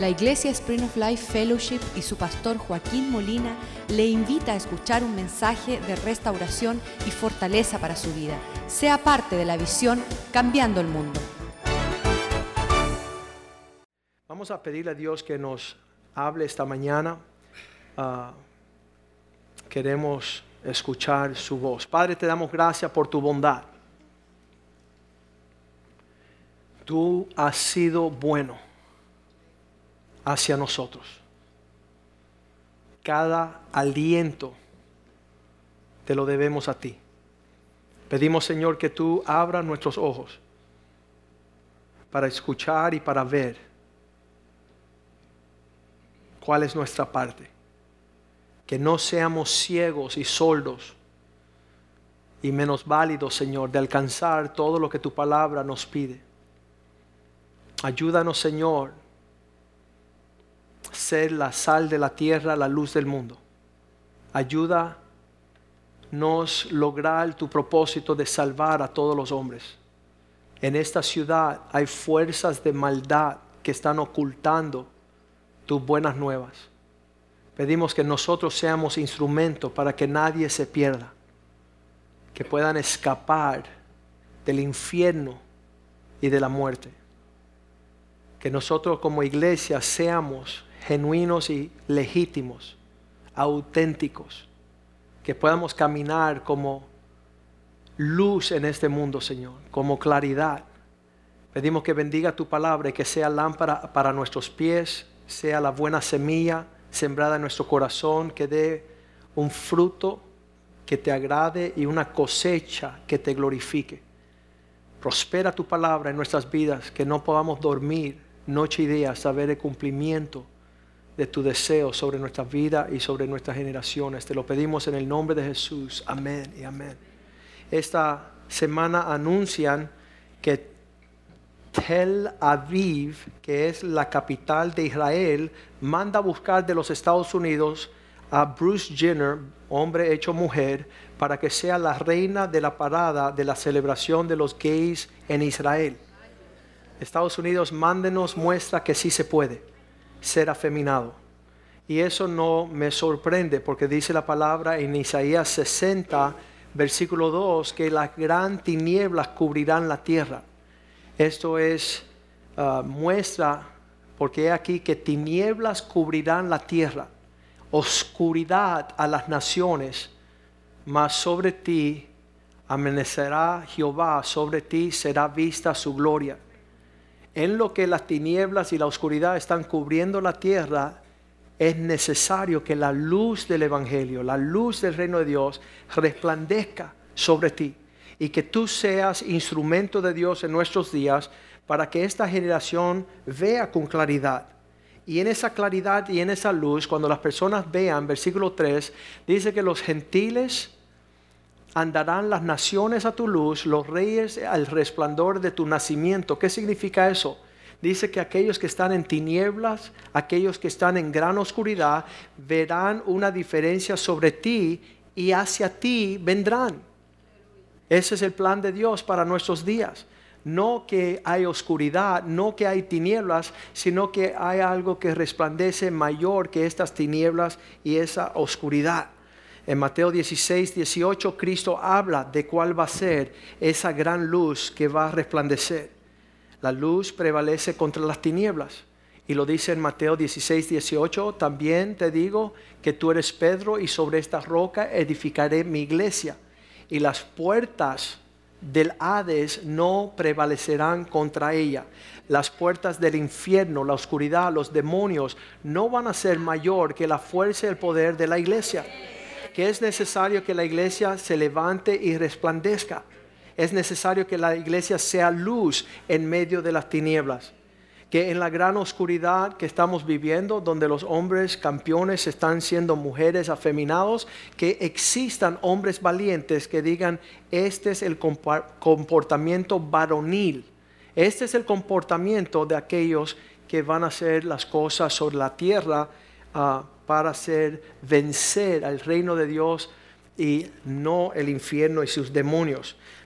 La Iglesia Spring of Life Fellowship y su pastor Joaquín Molina le invita a escuchar un mensaje de restauración y fortaleza para su vida. Sea parte de la visión Cambiando el Mundo. Vamos a pedirle a Dios que nos hable esta mañana. Queremos escuchar su voz. Padre, te damos gracias por tu bondad. Tú has sido bueno hacia nosotros. Cada aliento te lo debemos a ti. Pedimos, Señor, que tú abras nuestros ojos para escuchar y para ver cuál es nuestra parte. Que no seamos ciegos y sordos y menos válidos, Señor, de alcanzar todo lo que tu palabra nos pide. Ayúdanos, Señor, ser la sal de la tierra, la luz del mundo. Ayúdanos lograr tu propósito de salvar a todos los hombres. En esta ciudad hay fuerzas de maldad que están ocultando tus buenas nuevas. Pedimos que nosotros seamos instrumentos para que nadie se pierda, que puedan escapar del infierno y de la muerte. Que nosotros como iglesia seamos genuinos y legítimos, auténticos, que podamos caminar como luz en este mundo, Señor, como claridad. Pedimos que bendiga tu palabra y que sea lámpara para nuestros pies, sea la buena semilla sembrada en nuestro corazón, que dé un fruto que te agrade y una cosecha que te glorifique. Prospera tu palabra en nuestras vidas, que no podamos dormir noche y día hasta ver el cumplimiento de tu deseo sobre nuestra vida y sobre nuestras generaciones. Te lo pedimos en el nombre de Jesús. Amén y amén. Esta semana anuncian que Tel Aviv, que es la capital de Israel, manda a buscar de los Estados Unidos a Bruce Jenner, hombre hecho mujer, para que sea la reina de la parada de la celebración de los gays en Israel. Estados Unidos mándenos muestra que sí se puede ser afeminado. Y eso no me sorprende, porque dice la palabra en Isaías 60, versículo 2, que las gran tinieblas cubrirán la tierra. Esto es muestra, porque he aquí que tinieblas cubrirán la tierra, oscuridad a las naciones, mas sobre ti amanecerá Jehová, sobre ti será vista su gloria. En lo que las tinieblas y la oscuridad están cubriendo la tierra, es necesario que la luz del Evangelio, la luz del reino de Dios, resplandezca sobre ti. Y que tú seas instrumento de Dios en nuestros días para que esta generación vea con claridad. Y en esa claridad y en esa luz, cuando las personas vean, versículo 3, dice que los gentiles andarán las naciones a tu luz, los reyes al resplandor de tu nacimiento. ¿Qué significa eso? Dice que aquellos que están en tinieblas, aquellos que están en gran oscuridad, verán una diferencia sobre ti y hacia ti vendrán. Ese es el plan de Dios para nuestros días. No que hay oscuridad, no que hay tinieblas, sino que hay algo que resplandece mayor que estas tinieblas y esa oscuridad. En Mateo 16, 18, Cristo habla de cuál va a ser esa gran luz que va a resplandecer. La luz prevalece contra las tinieblas. Y lo dice en Mateo 16, 18, también te digo que tú eres Pedro y sobre esta roca edificaré mi iglesia. Y las puertas del Hades no prevalecerán contra ella. Las puertas del infierno, la oscuridad, los demonios no van a ser mayor que la fuerza y el poder de la iglesia. Que es necesario que la iglesia se levante y resplandezca. Es necesario que la iglesia sea luz en medio de las tinieblas. Que en la gran oscuridad que estamos viviendo, donde los hombres campeones están siendo mujeres afeminados, que existan hombres valientes que digan, este es el comportamiento varonil. Este es el comportamiento de aquellos que van a hacer las cosas sobre la tierra para hacer vencer al reino de Dios y no el infierno y sus demonios.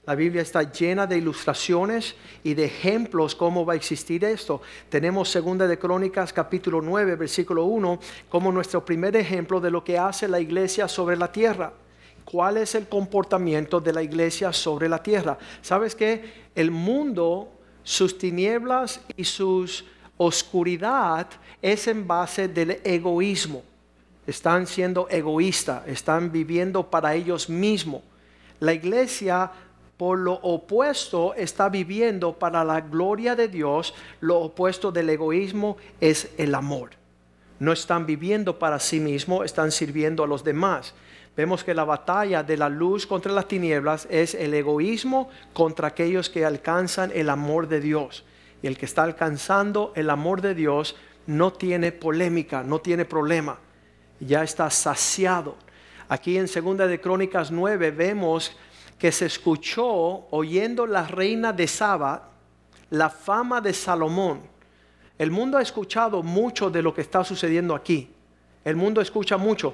La Biblia está llena de ilustraciones y de ejemplos cómo va a existir esto. Tenemos 2 de Crónicas capítulo 9 versículo 1 como nuestro primer ejemplo de lo que hace la iglesia sobre la tierra. ¿Cuál es el comportamiento de la iglesia sobre la tierra? ¿Sabes qué? El mundo, sus tinieblas y su oscuridad es en base del egoísmo. Están siendo egoístas, están viviendo para ellos mismos. La iglesia, por lo opuesto, está viviendo para la gloria de Dios. Lo opuesto del egoísmo es el amor. No están viviendo para sí mismos, están sirviendo a los demás. Vemos que la batalla de la luz contra las tinieblas es el egoísmo contra aquellos que alcanzan el amor de Dios. Y el que está alcanzando el amor de Dios no tiene polémica, no tiene problema. Ya está saciado. Aquí en 2 de Crónicas 9 vemos que se escuchó, oyendo la reina de Saba, la fama de Salomón. El mundo ha escuchado mucho de lo que está sucediendo aquí. El mundo escucha mucho.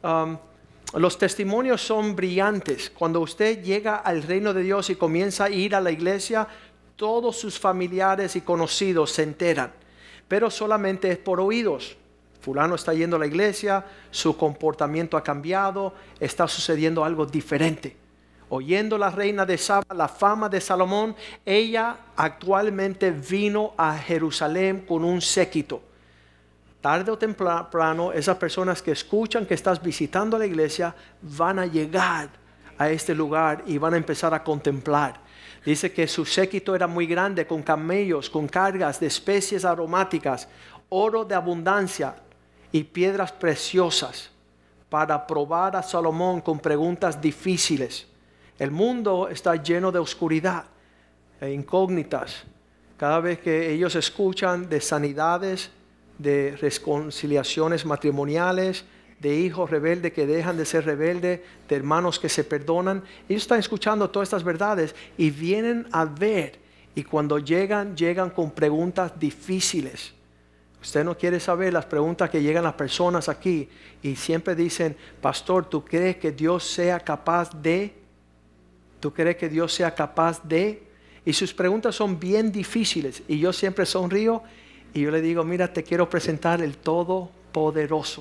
Los testimonios son brillantes. Cuando usted llega al reino de Dios y comienza a ir a la iglesia, todos sus familiares y conocidos se enteran. Pero solamente es por oídos. Fulano está yendo a la iglesia, su comportamiento ha cambiado, está sucediendo algo diferente. Oyendo la reina de Saba la fama de Salomón, ella actualmente vino a Jerusalén con un séquito. Tarde o temprano, esas personas que escuchan que estás visitando la iglesia van a llegar a este lugar y van a empezar a contemplar. Dice que su séquito era muy grande, con camellos, con cargas de especies aromáticas, oro de abundancia y piedras preciosas, para probar a Salomón con preguntas difíciles. El mundo está lleno de oscuridad e incógnitas. Cada vez que ellos escuchan de sanidades, de reconciliaciones matrimoniales, de hijos rebeldes que dejan de ser rebeldes, de hermanos que se perdonan, ellos están escuchando todas estas verdades y vienen a ver. Y cuando llegan con preguntas difíciles. Usted no quiere saber las preguntas que llegan las personas aquí y siempre dicen: pastor, ¿tú crees que Dios sea capaz de? ¿Tú crees que Dios sea capaz de? Y sus preguntas son bien difíciles y yo siempre sonrío y yo le digo: mira, te quiero presentar el Todopoderoso.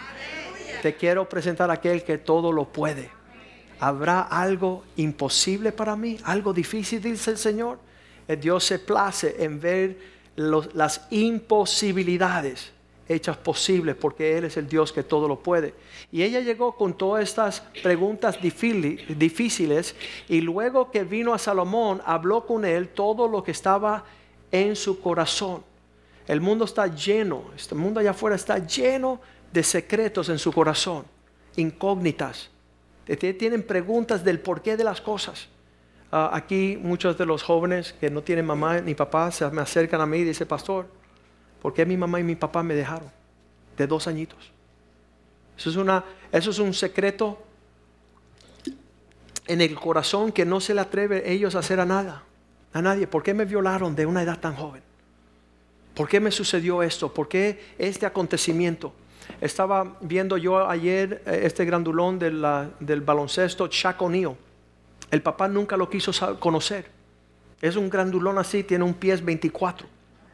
Te quiero presentar a aquel que todo lo puede. ¿Habrá algo imposible para mí? ¿Algo difícil? Dice el Señor. Dios se place en ver las imposibilidades hechas posibles, porque Él es el Dios que todo lo puede. Y ella llegó con todas estas preguntas difíciles, y luego que vino a Salomón, habló con él todo lo que estaba en su corazón. El mundo está lleno, este mundo allá afuera está lleno de secretos en su corazón, incógnitas. Tienen preguntas del porqué de las cosas. Aquí muchos de los jóvenes que no tienen mamá ni papá se me acercan a mí y dicen: pastor, ¿por qué mi mamá y mi papá me dejaron de 2 añitos? Eso es un secreto en el corazón que no se le atreve ellos a hacer a nadie. ¿Por qué me violaron de una edad tan joven? ¿Por qué me sucedió esto? ¿Por qué este acontecimiento? Estaba viendo yo ayer este grandulón del baloncesto, Shaq O'Neal. El papá nunca lo quiso conocer. Es un grandulón así, tiene un pie 24.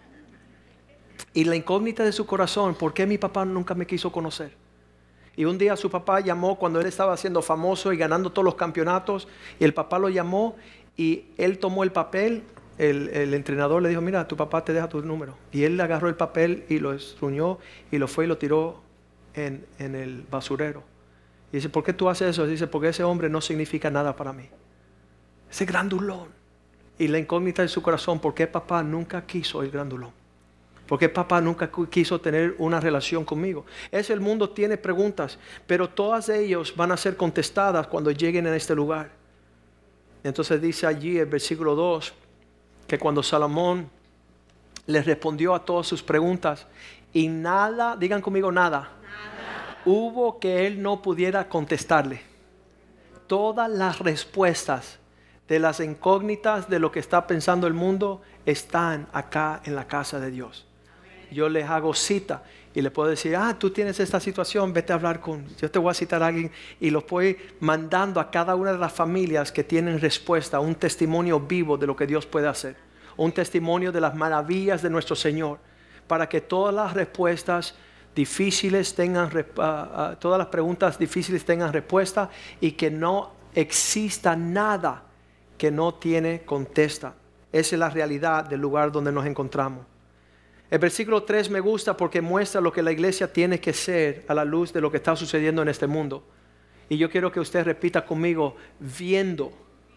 Y la incógnita de su corazón: ¿por qué mi papá nunca me quiso conocer? Y un día su papá llamó cuando él estaba siendo famoso y ganando todos los campeonatos. Y el papá lo llamó y él tomó el papel. El entrenador le dijo: mira, tu papá te deja tu número. Y él le agarró el papel y lo estruñó y lo fue y lo tiró en el basurero. Y dice: ¿por qué tú haces eso? Dice: porque ese hombre no significa nada para mí. Ese grandulón. Y la incógnita de su corazón: ¿por qué papá nunca quiso el grandulón? ¿Por qué papá nunca quiso tener una relación conmigo? El mundo tiene preguntas, pero todas ellas van a ser contestadas cuando lleguen a este lugar. Entonces dice allí el versículo 2 que cuando Salomón le respondió a todas sus preguntas y nada, digan conmigo, nada hubo que él no pudiera contestarle. Todas las respuestas de las incógnitas de lo que está pensando el mundo están acá en la casa de Dios. yo les hago cita y le puedo decir, tú tienes esta situación, vete a hablar yo te voy a citar a alguien, y los voy mandando a cada una de las familias que tienen respuesta, un testimonio vivo de lo que Dios puede hacer, un testimonio de las maravillas de nuestro Señor, para que todas las respuestas difíciles todas las preguntas difíciles tengan respuesta, y que no exista nada que no tiene contesta. Esa es la realidad del lugar donde nos encontramos. El versículo 3 me gusta porque muestra lo que la iglesia tiene que ser a la luz de lo que está sucediendo en este mundo. Y yo quiero que usted repita conmigo, viendo.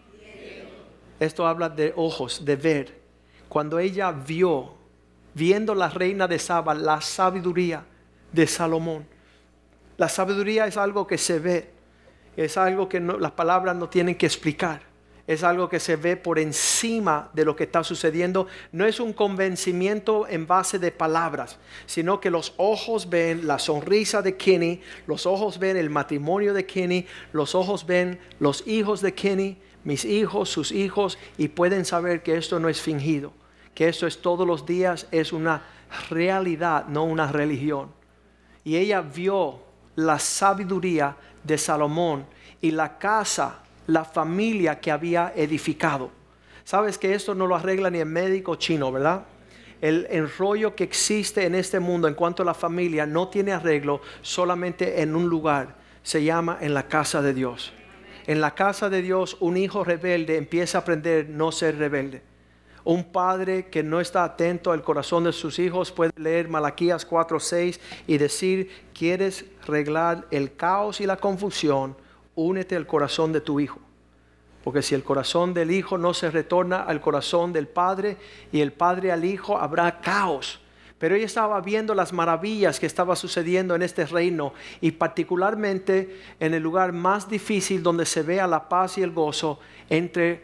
Esto habla de ojos, de ver. Cuando ella viendo la reina de Saba, la sabiduría de Salomón. La sabiduría es algo que se ve, es algo que las palabras no tienen que explicar. Es algo que se ve por encima de lo que está sucediendo. No es un convencimiento en base de palabras, sino que los ojos ven la sonrisa de Kenny, los ojos ven el matrimonio de Kenny, los ojos ven los hijos de Kenny, mis hijos, sus hijos, y pueden saber que esto no es fingido, que esto es todos los días, es una realidad, no una religión. Y ella vio la sabiduría de Salomón y la casa, la familia que había edificado. Sabes que esto no lo arregla ni el médico chino, ¿verdad? El enrollo que existe en este mundo en cuanto a la familia no tiene arreglo solamente en un lugar. Se llama en la casa de Dios. En la casa de Dios, un hijo rebelde empieza a aprender no ser rebelde. Un padre que no está atento al corazón de sus hijos puede leer Malaquías 4:6 y decir: ¿quieres arreglar el caos y la confusión? Únete al corazón de tu hijo. Porque si el corazón del hijo no se retorna al corazón del padre, y el padre al hijo, habrá caos. Pero ella estaba viendo las maravillas que estaba sucediendo en este reino, y particularmente en el lugar más difícil donde se vea la paz y el gozo entre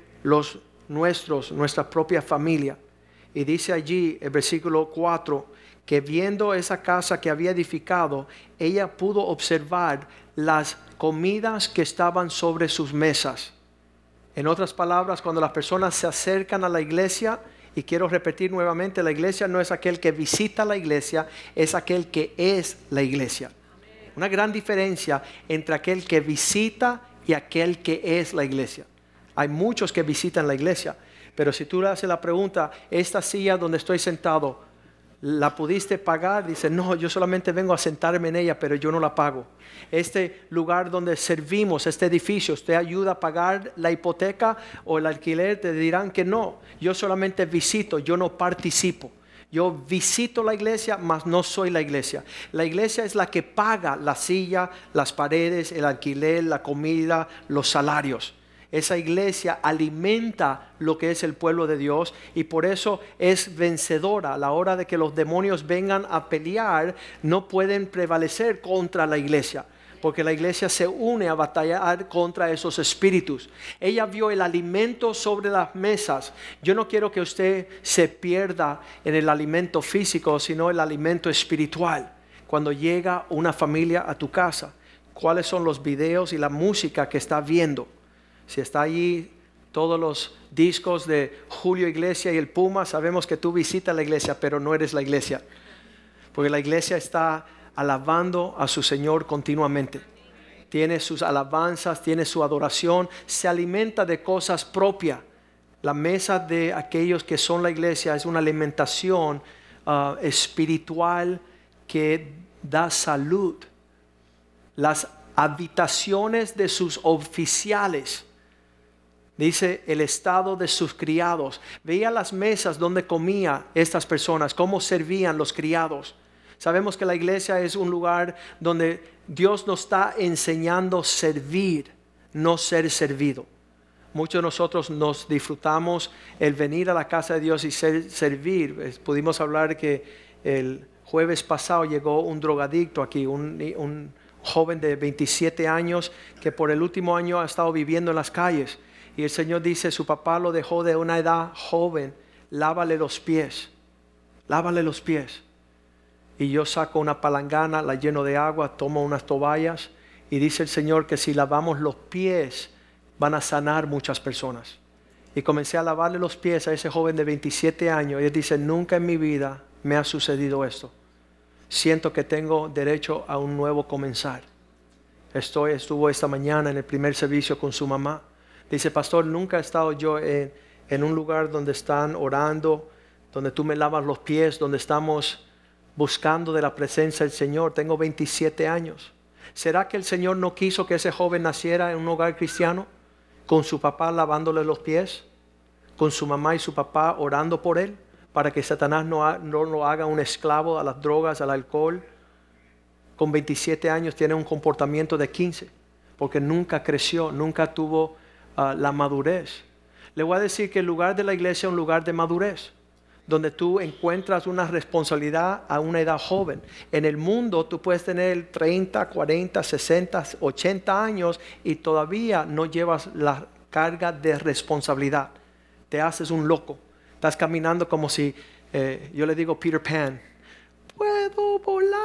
nuestra propia familia. Y dice allí el versículo 4 que viendo esa casa que había edificado, ella pudo observar las comidas que estaban sobre sus mesas. En otras palabras, cuando las personas se acercan a la iglesia, y quiero repetir nuevamente, la iglesia no es aquel que visita la iglesia, es aquel que es la iglesia. Una gran diferencia entre aquel que visita y aquel que es la iglesia. Hay muchos que visitan la iglesia, pero si tú le haces la pregunta, esta silla donde estoy sentado, ¿la pudiste pagar? Dice, no, yo solamente vengo a sentarme en ella, pero yo no la pago. Este lugar donde servimos, este edificio, ¿usted ayuda a pagar la hipoteca o el alquiler? Te dirán que no, yo solamente visito, yo no participo. Yo visito la iglesia, mas no soy la iglesia. La iglesia es la que paga la silla, las paredes, el alquiler, la comida, los salarios. Esa iglesia alimenta lo que es el pueblo de Dios, y por eso es vencedora. A la hora de que los demonios vengan a pelear, no pueden prevalecer contra la iglesia, porque la iglesia se une a batallar contra esos espíritus. Ella vio el alimento sobre las mesas. Yo no quiero que usted se pierda en el alimento físico, sino el alimento espiritual. Cuando llega una familia a tu casa, ¿cuáles son los videos y la música que está viendo? Si está allí todos los discos de Julio Iglesias y el Puma, sabemos que tú visitas la iglesia, pero no eres la iglesia. Porque la iglesia está alabando a su Señor continuamente. Tiene sus alabanzas, tiene su adoración, se alimenta de cosas propias. La mesa de aquellos que son la iglesia es una alimentación espiritual que da salud. Las habitaciones de sus oficiales, dice el estado de sus criados. Veía las mesas donde comían estas personas, cómo servían los criados. Sabemos que la iglesia es un lugar donde Dios nos está enseñando a servir, no ser servido. Muchos de nosotros nos disfrutamos el venir a la casa de Dios y servir. Pudimos hablar que el jueves pasado llegó un drogadicto aquí, un joven de 27 años que por el último año ha estado viviendo en las calles. Y el Señor dice, su papá lo dejó de una edad joven, lávale los pies, lávale los pies. Y yo saco una palangana, la lleno de agua, tomo unas toallas, y dice el Señor que si lavamos los pies, van a sanar muchas personas. Y comencé a lavarle los pies a ese joven de 27 años, y él dice, nunca en mi vida me ha sucedido esto. Siento que tengo derecho a un nuevo comenzar. Estuvo esta mañana en el primer servicio con su mamá. Dice, pastor, nunca he estado yo en un lugar donde están orando, donde tú me lavas los pies, donde estamos buscando de la presencia del Señor. Tengo 27 años. ¿Será que el Señor no quiso que ese joven naciera en un hogar cristiano? Con su papá lavándole los pies, con su mamá y su papá orando por él, para que Satanás no lo haga un esclavo a las drogas, al alcohol. Con 27 años tiene un comportamiento de 15, porque nunca creció, nunca tuvo la madurez. Le voy a decir que el lugar de la iglesia es un lugar de madurez, donde tú encuentras una responsabilidad a una edad joven. En el mundo tú puedes tener 30, 40, 60, 80 años y todavía no llevas la carga de responsabilidad. Te haces un loco. Estás caminando como si, yo le digo Peter Pan, puedo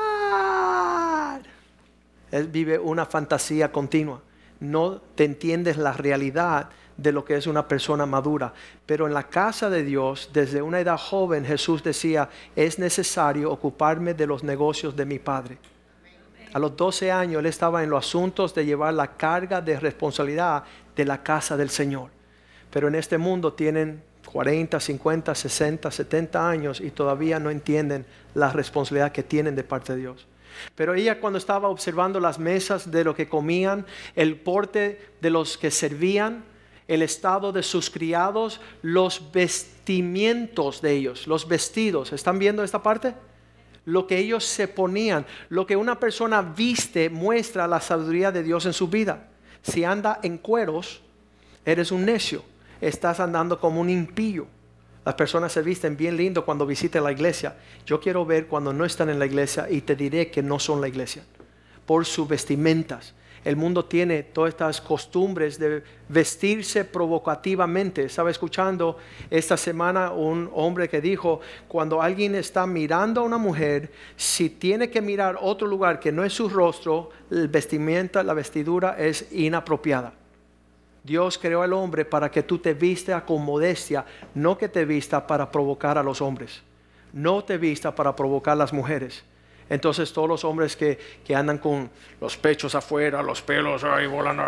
volar. Él vive una fantasía continua. No te entiendes la realidad de lo que es una persona madura. Pero en la casa de Dios, desde una edad joven, Jesús decía, es necesario ocuparme de los negocios de mi Padre. A los 12 años él estaba en los asuntos de llevar la carga de responsabilidad de la casa del Señor. Pero en este mundo tienen 40, 50, 60, 70 años y todavía no entienden la responsabilidad que tienen de parte de Dios. Pero ella, cuando estaba observando las mesas de lo que comían, el porte de los que servían, el estado de sus criados, los vestimientos de ellos, los vestidos, ¿están viendo esta parte? Lo que ellos se ponían, lo que una persona viste muestra la sabiduría de Dios en su vida. Si anda en cueros, eres un necio, estás andando como un impío. Las personas se visten bien lindo cuando visiten la iglesia. Yo quiero ver cuando no están en la iglesia y te diré que no son la iglesia por sus vestimentas. El mundo tiene todas estas costumbres de vestirse provocativamente. Estaba escuchando esta semana un hombre que dijo, cuando alguien está mirando a una mujer, si tiene que mirar otro lugar que no es su rostro, la vestidura es inapropiada. Dios creó al hombre para que tú te vistas con modestia, no que te vistas para provocar a los hombres, no te vistas para provocar a las mujeres. Entonces todos los hombres que andan con los pechos afuera, los pelos ahí volando,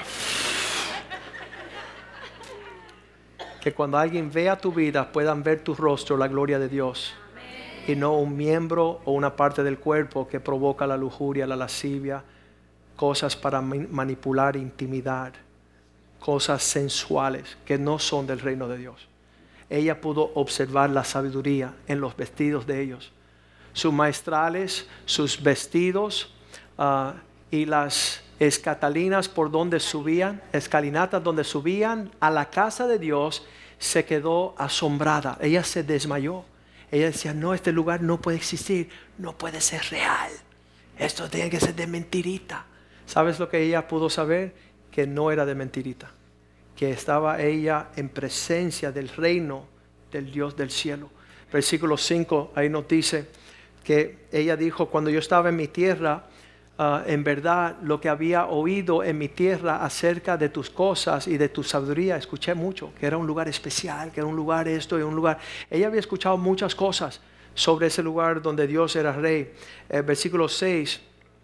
que cuando alguien vea tu vida puedan ver tu rostro, la gloria de Dios, y no un miembro o una parte del cuerpo que provoca la lujuria, la lascivia, cosas para manipular, intimidar, cosas sensuales que no son del reino de Dios. Ella pudo observar la sabiduría en los vestidos de ellos, sus maestrales, sus vestidos y las escatalinas por donde subían, escalinatas donde subían a la casa de Dios. Se quedó asombrada, ella se desmayó. Ella decía, no, este lugar no puede existir, no puede ser real, esto tiene que ser de mentirita. ¿Sabes lo que ella pudo saber? Que no era de mentirita, que estaba ella en presencia del reino del Dios del cielo. Versículo 5, ahí nos dice que ella dijo, cuando yo estaba en mi tierra, en verdad lo que había oído en mi tierra acerca de tus cosas y de tu sabiduría, escuché mucho, que era un lugar especial, que era un lugar esto y un lugar. Ella había escuchado muchas cosas sobre ese lugar donde Dios era rey. Versículo 6,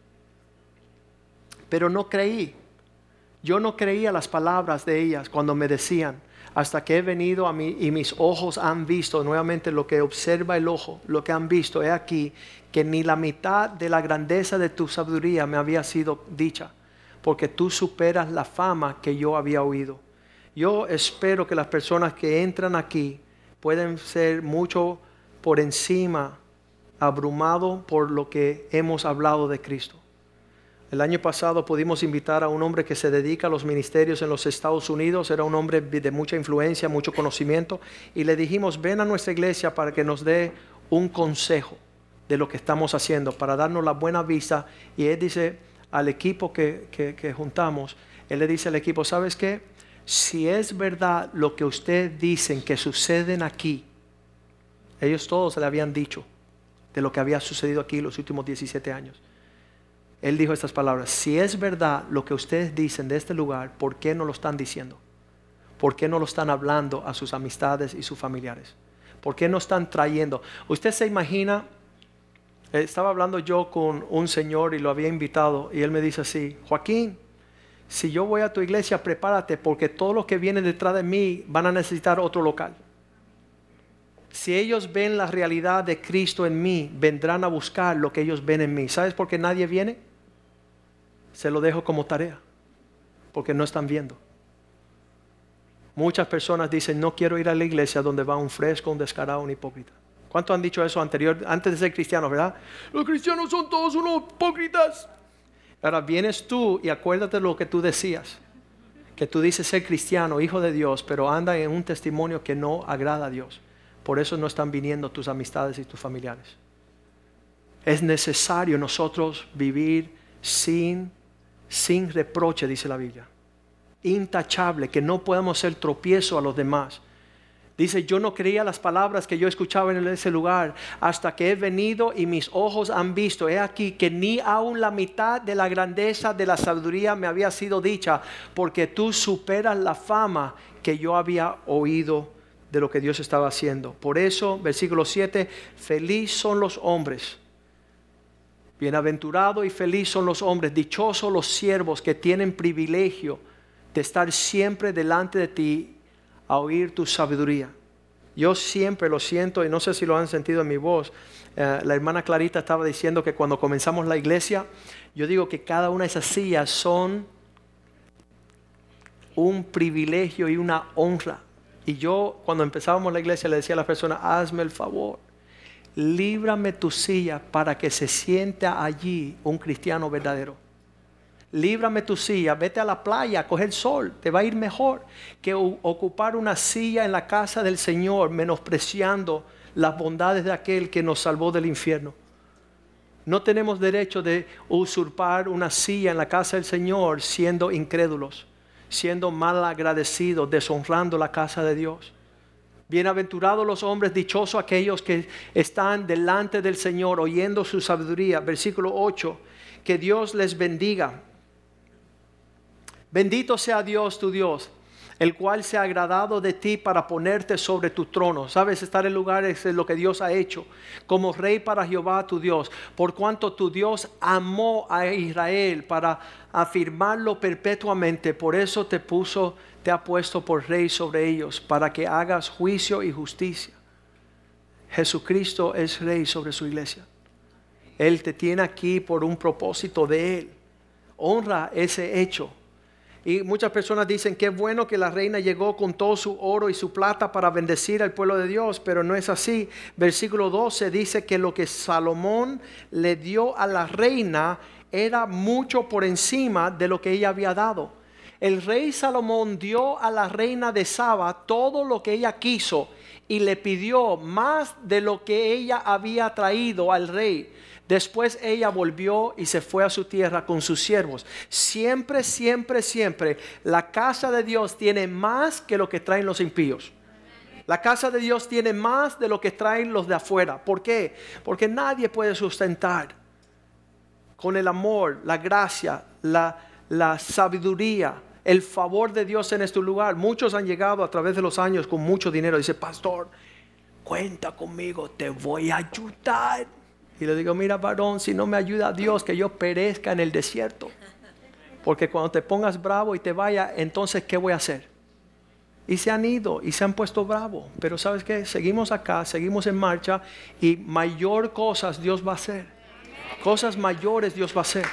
pero no creí. Yo no creía las palabras de ellas cuando me decían, hasta que he venido a mí y mis ojos han visto, nuevamente lo que observa el ojo, lo que han visto, he aquí que ni la mitad de la grandeza de tu sabiduría me había sido dicha, porque tú superas la fama que yo había oído. Yo espero que las personas que entran aquí pueden ser mucho por encima, abrumado por lo que hemos hablado de Cristo. El año pasado pudimos invitar a un hombre que se dedica a los ministerios en los Estados Unidos. Era un hombre de mucha influencia, mucho conocimiento. Y le dijimos, ven a nuestra iglesia para que nos dé un consejo de lo que estamos haciendo, para darnos la buena vista. Y él dice al equipo que juntamos, él le dice al equipo, ¿sabes qué? Si es verdad lo que ustedes dicen que suceden aquí, ellos todos le habían dicho de lo que había sucedido aquí los últimos 17 años. Él dijo estas palabras, si es verdad lo que ustedes dicen de este lugar, ¿por qué no lo están diciendo? ¿Por qué no lo están hablando a sus amistades y sus familiares? ¿Por qué no están trayendo? Usted se imagina, estaba hablando yo con un señor y lo había invitado y él me dice así: Joaquín, si yo voy a tu iglesia, prepárate, porque todos los que vienen detrás de mí van a necesitar otro local. Si ellos ven la realidad de Cristo en mí, vendrán a buscar lo que ellos ven en mí. ¿Sabes por qué nadie viene? Se lo dejo como tarea, porque no están viendo. Muchas personas dicen: no quiero ir a la iglesia donde va un fresco, un descarado, un hipócrita. ¿Cuántos han dicho eso antes de ser cristianos, verdad? Los cristianos son todos unos hipócritas. Ahora vienes tú y acuérdate de lo que tú decías, que tú dices ser cristiano, hijo de Dios, pero anda en un testimonio que no agrada a Dios. Por eso no están viniendo tus amistades y tus familiares. Es necesario nosotros vivir sin reproche, dice la Biblia. Intachable, que no podamos ser tropiezo a los demás. Dice: yo no creía las palabras que yo escuchaba en ese lugar hasta que he venido y mis ojos han visto. He aquí que ni aun la mitad de la grandeza de la sabiduría me había sido dicha, porque tú superas la fama que yo había oído de lo que Dios estaba haciendo. Por eso, versículo 7, feliz son los hombres. Bienaventurado y feliz son los hombres, dichosos los siervos que tienen privilegio de estar siempre delante de ti a oír tu sabiduría. Yo siempre lo siento, y no sé si lo han sentido en mi voz. La hermana Clarita estaba diciendo que cuando comenzamos la iglesia, yo digo que cada una de esas sillas son un privilegio y una honra. Y yo, cuando empezábamos la iglesia, le decía a las personas: hazme el favor, líbrame tu silla para que se sienta allí un cristiano verdadero. Líbrame tu silla, vete a la playa a coger sol, te va a ir mejor que ocupar una silla en la casa del Señor, menospreciando las bondades de aquel que nos salvó del infierno. No tenemos derecho de usurpar una silla en la casa del Señor siendo incrédulos, siendo mal agradecidos, deshonrando la casa de Dios. Bienaventurados los hombres, dichosos aquellos que están delante del Señor oyendo su sabiduría. Versículo 8, que Dios les bendiga. Bendito sea Dios tu Dios, el cual se ha agradado de ti para ponerte sobre tu trono. Sabes, estar en lugares es lo que Dios ha hecho, como rey para Jehová tu Dios, por cuanto tu Dios amó a Israel para afirmarlo perpetuamente. Por eso te ha puesto por rey sobre ellos, para que hagas juicio y justicia. Jesucristo es rey sobre su iglesia. Él te tiene aquí por un propósito de Él. Honra ese hecho. Y muchas personas dicen: qué bueno que la reina llegó con todo su oro y su plata para bendecir al pueblo de Dios, pero no es así. Versículo 12 dice que lo que Salomón le dio a la reina era mucho por encima de lo que ella había dado. El rey Salomón dio a la reina de Saba todo lo que ella quiso y le pidió más de lo que ella había traído al rey. Después ella volvió y se fue a su tierra con sus siervos. Siempre, siempre, siempre la casa de Dios tiene más que lo que traen los impíos. La casa de Dios tiene más de lo que traen los de afuera. ¿Por qué? Porque nadie puede sustentar con el amor, la gracia, la sabiduría, el favor de Dios en este lugar. Muchos han llegado a través de los años con mucho dinero. Dice: pastor, cuenta conmigo, te voy a ayudar. Y le digo: mira, varón, si no me ayuda Dios, que yo perezca en el desierto. Porque cuando te pongas bravo y te vaya, entonces ¿qué voy a hacer? Y se han ido y se han puesto bravos. Pero ¿sabes qué? Seguimos acá, seguimos en marcha, y mayor cosas Dios va a hacer. Cosas mayores Dios va a hacer.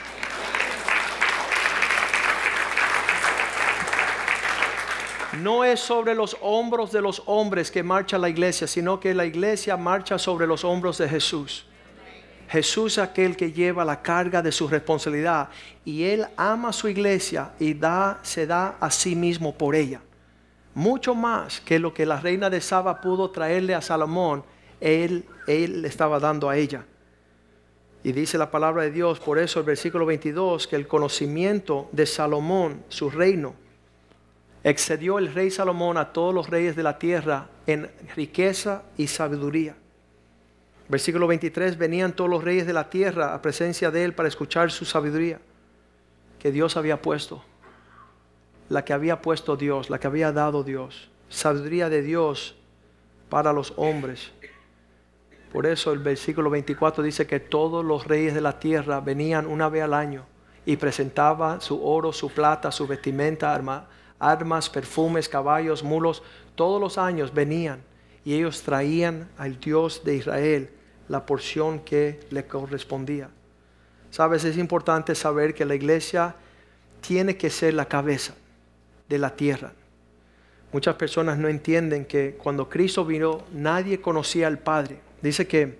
No es sobre los hombros de los hombres que marcha la iglesia, sino que la iglesia marcha sobre los hombros de Jesús. Jesús es aquel que lleva la carga de su responsabilidad, y Él ama a su iglesia y se da a sí mismo por ella. Mucho más que lo que la reina de Saba pudo traerle a Salomón, Él le estaba dando a ella. Y dice la palabra de Dios, por eso el versículo 22, que el conocimiento de Salomón, su reino, excedió el rey Salomón a todos los reyes de la tierra en riqueza y sabiduría. Versículo 23, venían todos los reyes de la tierra a presencia de él para escuchar su sabiduría que Dios había puesto, la que había puesto Dios, la que había dado Dios, sabiduría de Dios para los hombres. Por eso el versículo 24 dice que todos los reyes de la tierra venían una vez al año y presentaban su oro, su plata, su vestimenta, armas, perfumes, caballos, mulos. Todos los años venían y ellos traían al Dios de Israel la porción que le correspondía. Sabes, es importante saber que la iglesia tiene que ser la cabeza de la tierra. Muchas personas no entienden que cuando Cristo vino, nadie conocía al Padre. Dice que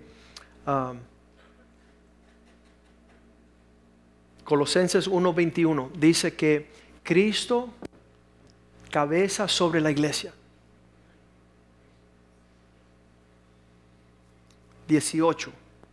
Colosenses 1:21 dice que Cristo cabeza sobre la iglesia. 18.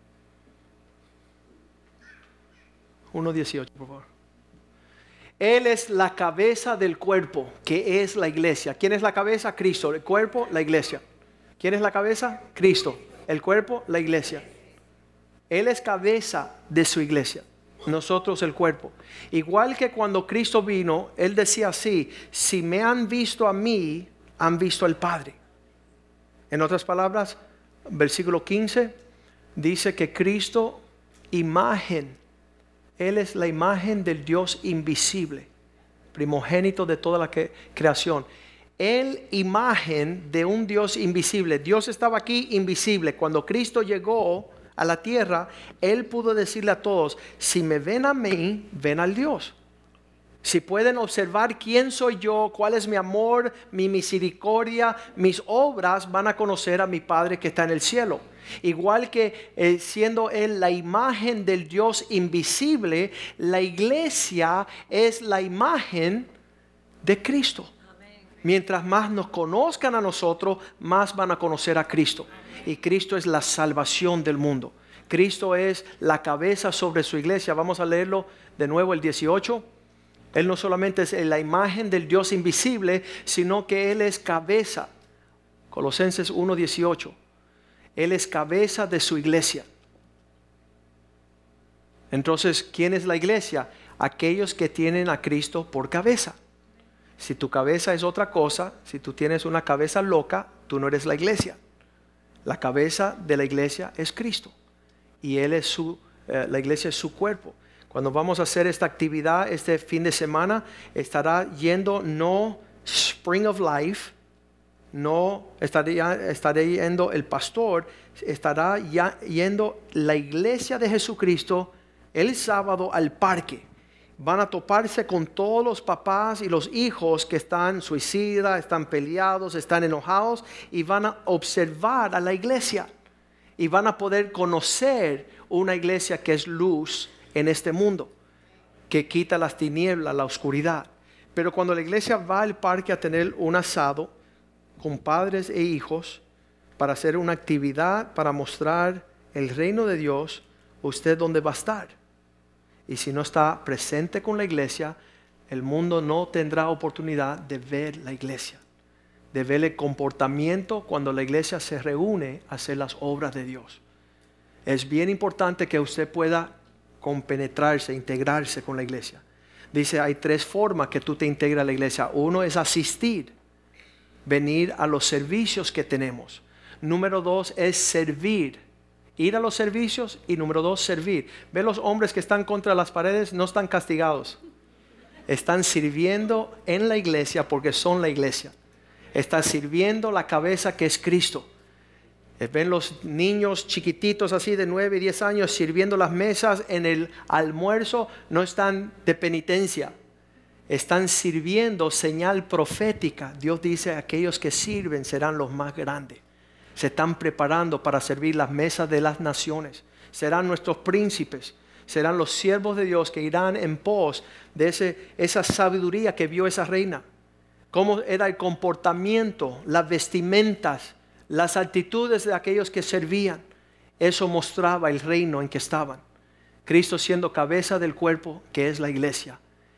1:18, por favor. Él es la cabeza del cuerpo, que es la iglesia. ¿Quién es la cabeza? Cristo. El cuerpo, la iglesia. ¿Quién es la cabeza? Cristo. El cuerpo, la iglesia. Él es cabeza de su iglesia. Nosotros el cuerpo. Igual que cuando Cristo vino, Él decía así: si me han visto a mí, han visto al Padre. En otras palabras, versículo 15 dice que Cristo, imagen, Él es la imagen del Dios invisible, primogénito de toda la creación. Él, imagen de un Dios invisible. Dios estaba aquí invisible. Cuando Cristo llegó a la tierra, Él pudo decirle a todos: si me ven a mí, ven al Dios. Si pueden observar quién soy yo, cuál es mi amor, mi misericordia, mis obras, van a conocer a mi Padre que está en el cielo. Igual que siendo Él la imagen del Dios invisible, la iglesia es la imagen de Cristo. Mientras más nos conozcan a nosotros, más van a conocer a Cristo. Y Cristo es la salvación del mundo. Cristo es la cabeza sobre su iglesia. Vamos a leerlo de nuevo, el 18. Él no solamente es la imagen del Dios invisible, sino que Él es cabeza. Colosenses 1:18. Él es cabeza de su iglesia. Entonces, ¿quién es la iglesia? Aquellos que tienen a Cristo por cabeza. Si tu cabeza es otra cosa, si tú tienes una cabeza loca, tú no eres la iglesia. La cabeza de la iglesia es Cristo. Y Él es la iglesia es su cuerpo. Cuando vamos a hacer esta actividad este fin de semana, estará yendo no Spring of Life, no estará yendo el pastor, estará yendo la iglesia de Jesucristo el sábado al parque. Van a toparse con todos los papás y los hijos que están suicidas, están peleados, están enojados, y van a observar a la iglesia y van a poder conocer una iglesia que es luz en este mundo, que quita las tinieblas, la oscuridad. Pero cuando la iglesia va al parque a tener un asado con padres e hijos para hacer una actividad para mostrar el reino de Dios, ¿usted dónde va a estar? Y si no está presente con la iglesia, el mundo no tendrá oportunidad de ver la iglesia, de ver el comportamiento cuando la iglesia se reúne a hacer las obras de Dios. Es bien importante que usted pueda compenetrarse, integrarse con la iglesia. Dice, hay 3 formas que tú te integras a la iglesia. Uno es asistir, venir a los servicios que tenemos. Número 2 es servir, ir a los servicios. Y número 2, servir. Ve, los hombres que están contra las paredes no están castigados. Están sirviendo en la iglesia porque son la iglesia. Están sirviendo la cabeza que es Cristo. Ven los niños chiquititos así de 9 y 10 años sirviendo las mesas en el almuerzo. No están de penitencia. Están sirviendo señal profética. Dios dice, aquellos que sirven serán los más grandes. Se están preparando para servir las mesas de las naciones. Serán nuestros príncipes. Serán los siervos de Dios que irán en pos de esa sabiduría que vio esa reina. Cómo era el comportamiento, las vestimentas, las actitudes de aquellos que servían. Eso mostraba el reino en que estaban. Cristo siendo cabeza del cuerpo que es la iglesia.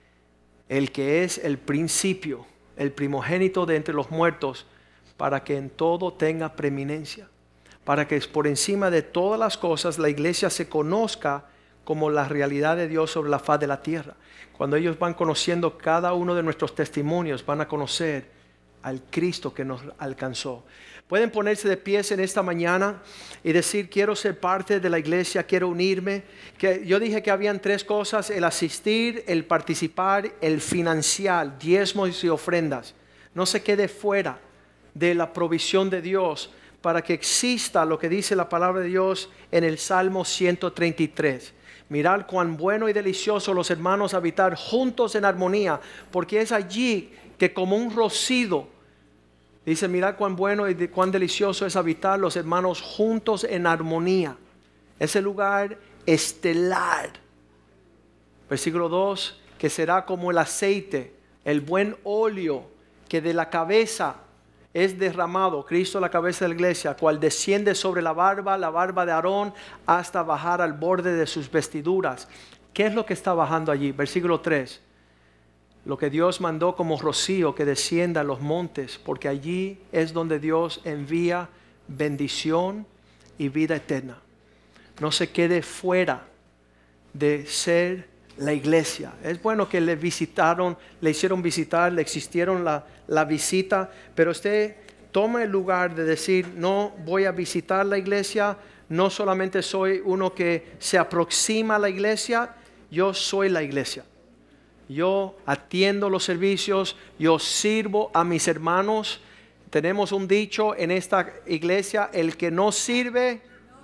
El que es el principio, el primogénito de entre los muertos, para que en todo tenga preeminencia. Para que por encima de todas las cosas la iglesia se conozca como la realidad de Dios sobre la faz de la tierra. Cuando ellos van conociendo cada uno de nuestros testimonios, van a conocer al Cristo que nos alcanzó. Pueden ponerse de pies en esta mañana y decir, quiero ser parte de la iglesia, quiero unirme. Que yo dije que habían 3 cosas: el asistir, el participar, el financiar, diezmos y ofrendas. No se quede fuera de la provisión de Dios para que exista lo que dice la palabra de Dios en el Salmo 133. Mirad cuán bueno y delicioso los hermanos habitar juntos en armonía, porque es allí que como un rocío, dice, mirad cuán bueno y cuán delicioso es habitar los hermanos juntos en armonía. Ese lugar estelar. Versículo 2, que será como el aceite, el buen óleo que de la cabeza es derramado, Cristo la cabeza de la iglesia, cual desciende sobre la barba de Aarón, hasta bajar al borde de sus vestiduras. ¿Qué es lo que está bajando allí? Versículo 3. Lo que Dios mandó como rocío que descienda a los montes, porque allí es donde Dios envía bendición y vida eterna. No se quede fuera de ser la iglesia. Es bueno que le visitaron, le hicieron visitar, le existieron la visita, pero usted toma el lugar de decir, no voy a visitar la iglesia, no solamente soy uno que se aproxima a la iglesia, yo soy la iglesia. Yo atiendo los servicios, yo sirvo a mis hermanos. Tenemos un dicho en esta iglesia: el que no sirve,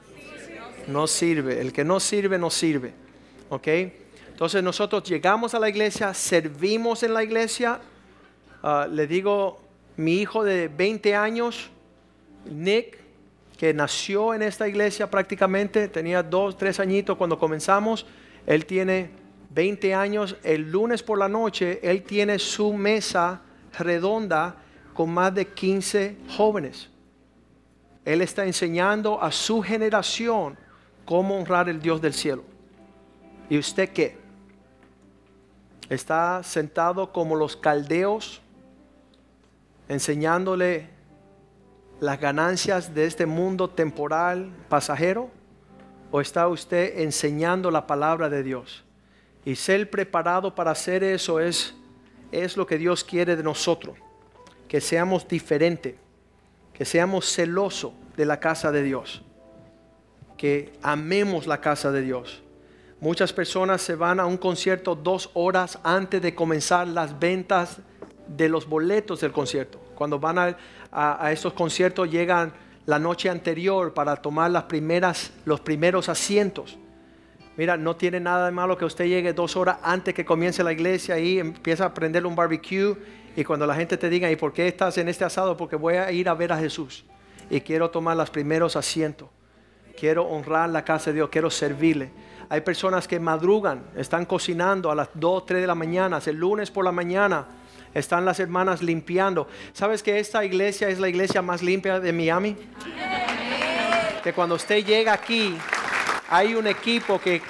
no sirve. El que no sirve, no sirve. ¿Ok? Entonces nosotros llegamos a la iglesia, servimos en la iglesia. Le digo, mi hijo de 20 años, Nick, que nació en esta iglesia prácticamente, tenía 2, 3 añitos cuando comenzamos. Él tiene 20 años, el lunes por la noche, él tiene su mesa redonda con más de 15 jóvenes. Él está enseñando a su generación cómo honrar al Dios del cielo. ¿Y usted qué? ¿Está sentado como los caldeos, enseñándole las ganancias de este mundo temporal, pasajero? ¿O está usted enseñando la palabra de Dios? Y ser preparado para hacer eso es lo que Dios quiere de nosotros. Que seamos diferentes, que seamos celosos de la casa de Dios, que amemos la casa de Dios. Muchas personas se van a un concierto 2 horas antes de comenzar las ventas de los boletos del concierto. Cuando van a estos conciertos, llegan la noche anterior para tomar los primeros asientos. Mira, no tiene nada de malo que usted llegue 2 horas antes que comience la iglesia y empieza a prender un barbecue, y cuando la gente te diga, ¿y por qué estás en este asado? Porque voy a ir a ver a Jesús y quiero tomar los primeros asientos. Quiero honrar la casa de Dios, quiero servirle. Hay personas que madrugan, están cocinando a las 2, 3 de la mañana. El lunes por la mañana están las hermanas limpiando. ¿Sabes que esta iglesia es la iglesia más limpia de Miami? Que cuando usted llega aquí, hay un equipo que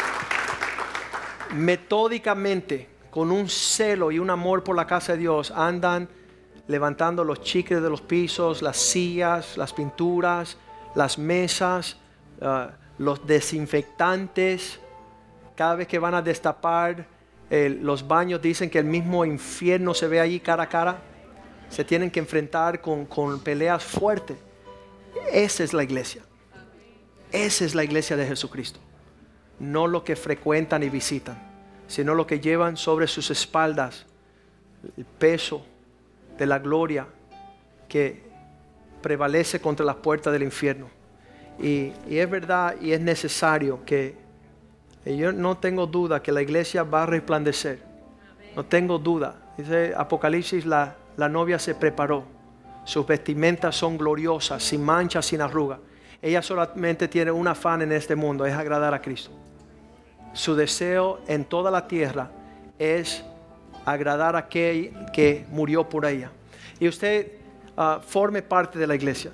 metódicamente, con un celo y un amor por la casa de Dios, andan levantando los chicles de los pisos, las sillas, las pinturas, las mesas, los desinfectantes. Cada vez que van a destapar los baños, dicen que el mismo infierno se ve allí cara a cara. Se tienen que enfrentar con peleas fuertes. Esa es la iglesia. Esa es la iglesia de Jesucristo. No lo que frecuentan y visitan, sino lo que llevan sobre sus espaldas el peso de la gloria que prevalece contra las puertas del infierno. Y es verdad y es necesario que yo no tengo duda que la iglesia va a resplandecer. No tengo duda. Dice Apocalipsis, la novia se preparó. Sus vestimentas son gloriosas, sin mancha, sin arruga. Ella solamente tiene un afán en este mundo, es agradar a Cristo. Su deseo en toda la tierra es agradar a aquel que murió por ella. Y usted forme parte de la iglesia.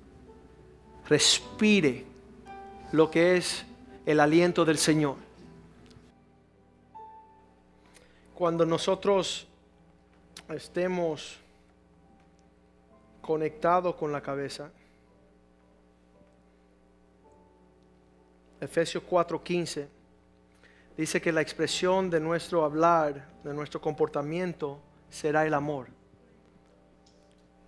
Respire lo que es el aliento del Señor. Cuando nosotros estemos conectados con la cabeza, Efesios 4:15 dice que la expresión de nuestro hablar, de nuestro comportamiento, será el amor.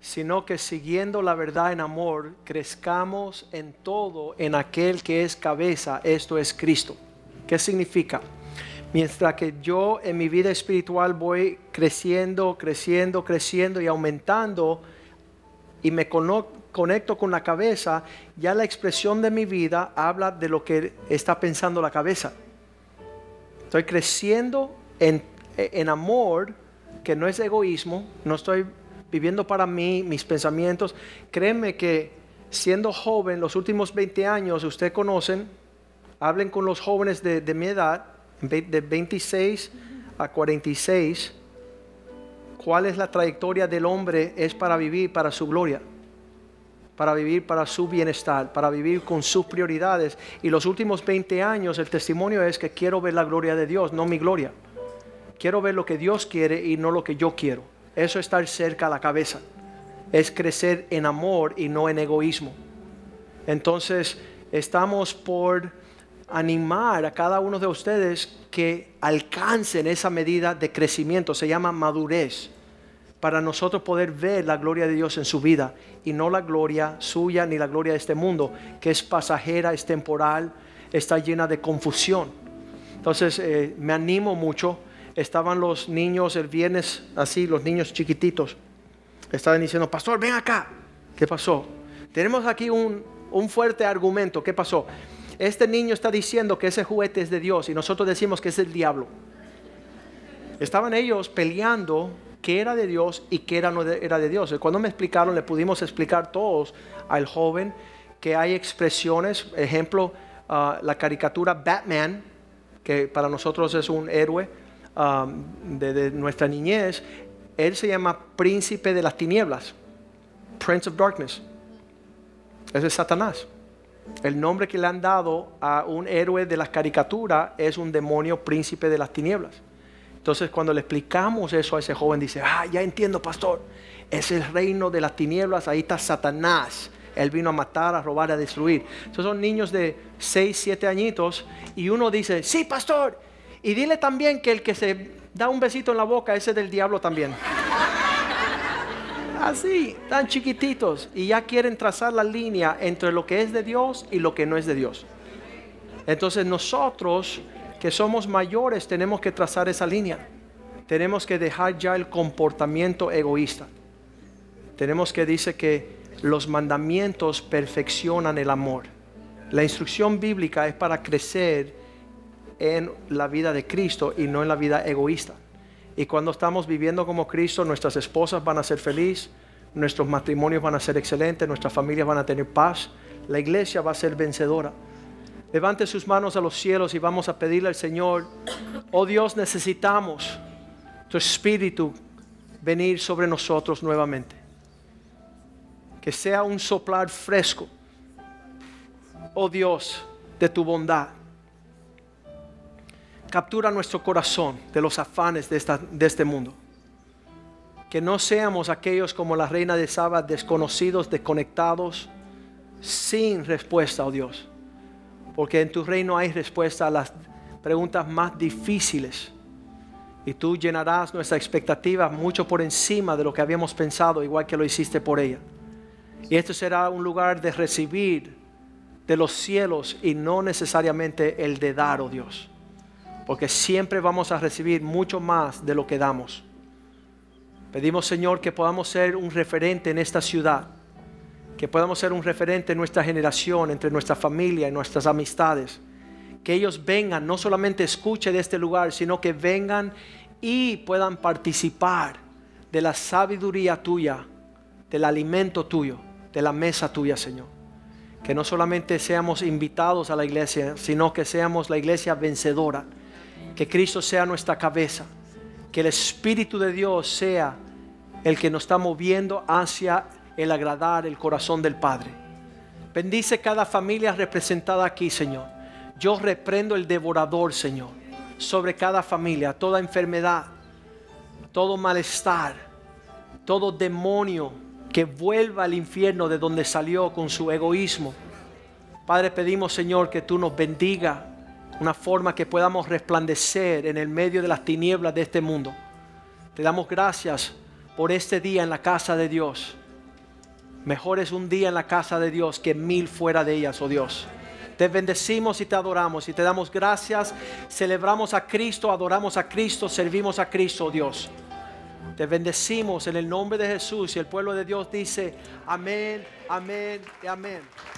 sino que siguiendo la verdad en amor, crezcamos en todo en aquel que es cabeza, esto es Cristo. ¿Qué significa? Mientras que yo en mi vida espiritual voy creciendo y aumentando y me conecto con la cabeza, ya la expresión de mi vida habla de lo que está pensando la cabeza. Estoy creciendo en amor, que no es egoísmo, no estoy viviendo para mí, mis pensamientos. Créeme que siendo joven, los últimos 20 años, ustedes conocen, hablen con los jóvenes de mi edad, de 26 a 46, cuál es la trayectoria del hombre, es para vivir para su gloria, para vivir para su bienestar, para vivir con sus prioridades. Y los últimos 20 años el testimonio es que quiero ver la gloria de Dios, no mi gloria. Quiero ver lo que Dios quiere y no lo que yo quiero. Eso es estar cerca a la cabeza. Es crecer en amor y no en egoísmo. Entonces estamos por animar a cada uno de ustedes que alcancen esa medida de crecimiento. Se llama madurez. Para nosotros poder ver la gloria de Dios en su vida y no la gloria suya ni la gloria de este mundo, que es pasajera, es temporal, está llena de confusión. Entonces me animo mucho. Estaban los niños el viernes, así, los niños chiquititos, estaban diciendo: pastor, ven acá. ¿Qué pasó? Tenemos aquí un fuerte argumento. ¿Qué pasó? Este niño está diciendo que ese juguete es de Dios y nosotros decimos que es del diablo. Estaban ellos peleando qué era de Dios y qué era de Dios. Cuando me explicaron, le pudimos explicar todos al joven que hay expresiones. Ejemplo, la caricatura Batman, que para nosotros es un héroe de nuestra niñez. Él se llama príncipe de las tinieblas, Prince of Darkness. Ese es Satanás. El nombre que le han dado a un héroe de las caricaturas es un demonio, príncipe de las tinieblas. Entonces cuando le explicamos eso a ese joven, dice: ya entiendo, pastor, es el reino de las tinieblas, ahí está Satanás. Él vino a matar, a robar, a destruir. Entonces son niños de 6, 7 añitos y uno dice: sí, pastor, y dile también que el que se da un besito en la boca, ese es del diablo también. Así, tan chiquititos, y ya quieren trazar la línea entre lo que es de Dios y lo que no es de Dios. Entonces nosotros que somos mayores tenemos que trazar esa línea. Tenemos que dejar ya el comportamiento egoísta. Tenemos que, dice que los mandamientos perfeccionan el amor. La instrucción bíblica es para crecer en la vida de Cristo y no en la vida egoísta. Y cuando estamos viviendo como Cristo, nuestras esposas van a ser felices, nuestros matrimonios van a ser excelentes, nuestras familias van a tener paz, la iglesia va a ser vencedora. Levante sus manos a los cielos y vamos a pedirle al Señor: oh Dios, necesitamos tu Espíritu venir sobre nosotros nuevamente. Que sea un soplar fresco, oh Dios, de tu bondad. Captura nuestro corazón de los afanes de este mundo. Que no seamos aquellos como la reina de Saba, desconocidos, desconectados, sin respuesta, oh Dios. Porque en tu reino hay respuesta a las preguntas más difíciles. Y tú llenarás nuestra expectativa mucho por encima de lo que habíamos pensado, igual que lo hiciste por ella. Y esto será un lugar de recibir de los cielos y no necesariamente el de dar, oh Dios. Porque siempre vamos a recibir mucho más de lo que damos. Pedimos, Señor, que podamos ser un referente en esta ciudad. Que podamos ser un referente en nuestra generación, entre nuestra familia y nuestras amistades. Que ellos vengan, no solamente escuchen de este lugar, sino que vengan y puedan participar de la sabiduría tuya, del alimento tuyo, de la mesa tuya, Señor. Que no solamente seamos invitados a la iglesia, sino que seamos la iglesia vencedora. Que Cristo sea nuestra cabeza. Que el Espíritu de Dios sea el que nos está moviendo hacia el agradar el corazón del Padre. Bendice cada familia representada aquí, Señor. Yo reprendo el devorador, Señor, sobre cada familia, toda enfermedad, todo malestar, todo demonio que vuelva al infierno de donde salió con su egoísmo. Padre, pedimos, Señor, que tú nos bendiga, una forma que podamos resplandecer en el medio de las tinieblas de este mundo. Te damos gracias por este día en la casa de Dios. Mejor es un día en la casa de Dios que 1000 fuera de ellas, oh Dios. Te bendecimos y te adoramos y te damos gracias. Celebramos a Cristo, adoramos a Cristo, servimos a Cristo, oh Dios. Te bendecimos en el nombre de Jesús, y el pueblo de Dios dice amén, amén y amén.